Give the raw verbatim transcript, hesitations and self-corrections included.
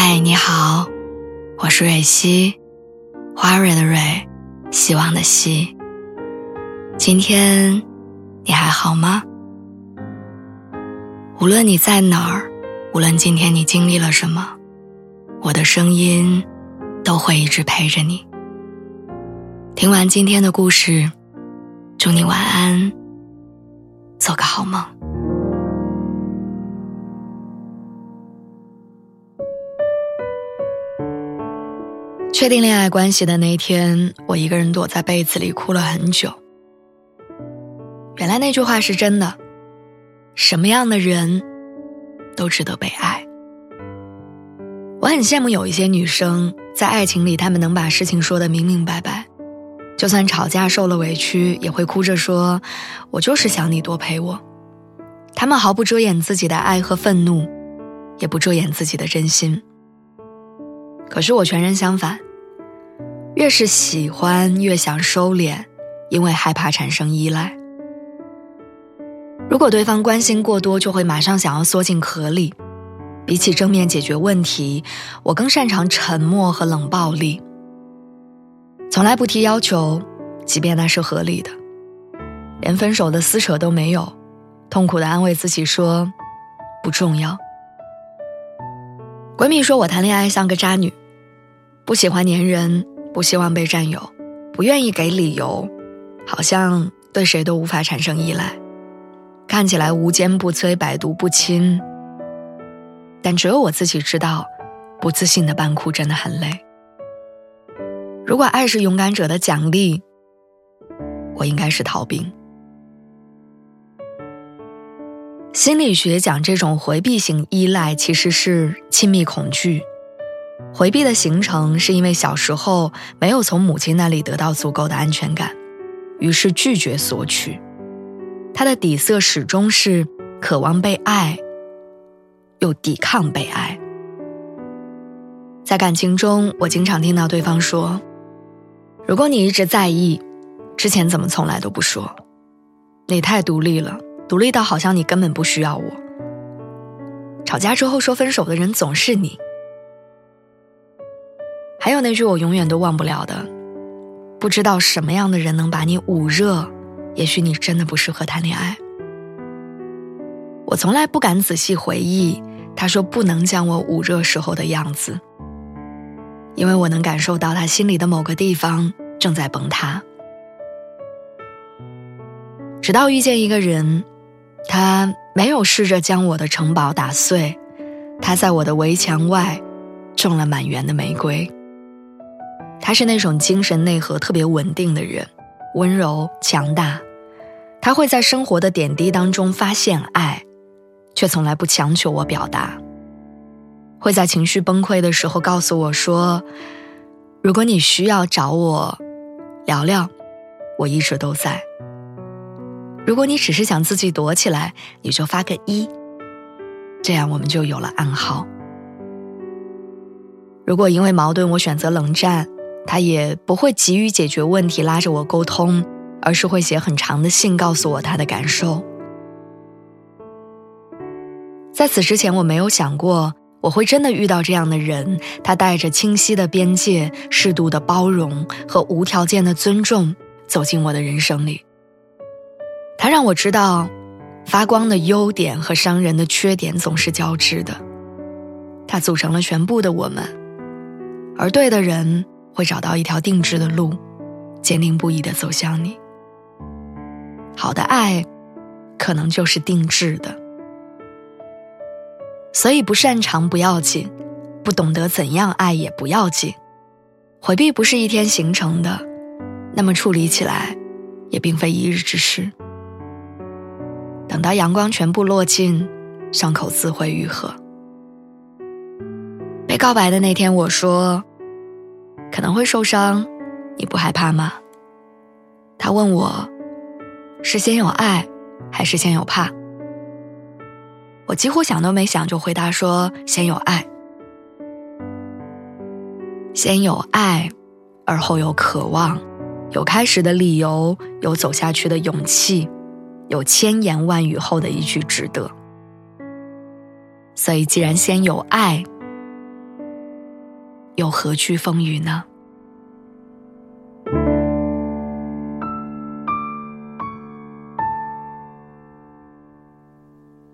嗨，你好，我是蕊希，花蕊的蕊，希望的希。今天你还好吗？无论你在哪儿，无论今天你经历了什么，我的声音都会一直陪着你。听完今天的故事，祝你晚安，做个好梦。确定恋爱关系的那天，我一个人躲在被子里哭了很久。原来那句话是真的，什么样的人都值得被爱。我很羡慕有一些女生，在爱情里她们能把事情说得明明白白，就算吵架受了委屈，也会哭着说，我就是想你多陪我。她们毫不遮掩自己的爱和愤怒，也不遮掩自己的真心。可是我全然相反，越是喜欢越想收敛，因为害怕产生依赖。如果对方关心过多，就会马上想要缩进壳里。比起正面解决问题，我更擅长沉默和冷暴力。从来不提要求，即便那是合理的。连分手的撕扯都没有，痛苦地安慰自己说，不重要。闺蜜说我谈恋爱像个渣女，不喜欢黏人，不希望被占有，不愿意给理由，好像对谁都无法产生依赖，看起来无坚不摧，百毒不侵。但只有我自己知道，不自信的半哭真的很累。如果爱是勇敢者的奖励，我应该是逃兵。心理学讲这种回避型依赖其实是亲密恐惧。回避的形成是因为小时候没有从母亲那里得到足够的安全感，于是拒绝索取。它的底色始终是渴望被爱，又抵抗被爱。在感情中，我经常听到对方说，如果你一直在意，之前怎么从来都不说？你太独立了，独立到好像你根本不需要我。吵架之后说分手的人总是你。还有那句我永远都忘不了的，不知道什么样的人能把你捂热，也许你真的不适合谈恋爱。我从来不敢仔细回忆他说不能将我捂热时候的样子，因为我能感受到他心里的某个地方正在崩塌。直到遇见一个人，他没有试着将我的城堡打碎，他在我的围墙外种了满园的玫瑰。他是那种精神内核特别稳定的人，温柔强大。他会在生活的点滴当中发现爱，却从来不强求我表达。会在情绪崩溃的时候告诉我说，如果你需要找我聊聊，我一直都在。如果你只是想自己躲起来，你就发个一，这样我们就有了暗号。如果因为矛盾我选择冷战，他也不会急于解决问题拉着我沟通，而是会写很长的信告诉我他的感受。在此之前我没有想过我会真的遇到这样的人，他带着清晰的边界、适度的包容和无条件的尊重走进我的人生里。他让我知道发光的优点和伤人的缺点总是交织的，它组成了全部的我们，而对的人会找到一条定制的路，坚定不移地走向你。好的爱可能就是定制的。所以不擅长不要紧，不懂得怎样爱也不要紧。回避不是一天形成的，那么处理起来也并非一日之事。等到阳光全部落尽，伤口自会愈合。被告白的那天我说，可能会受伤，你不害怕吗？他问我，是先有爱还是先有怕？我几乎想都没想就回答说，先有爱。先有爱，而后有渴望，有开始的理由，有走下去的勇气，有千言万语后的一句值得。所以既然先有爱， 又何惧风雨呢？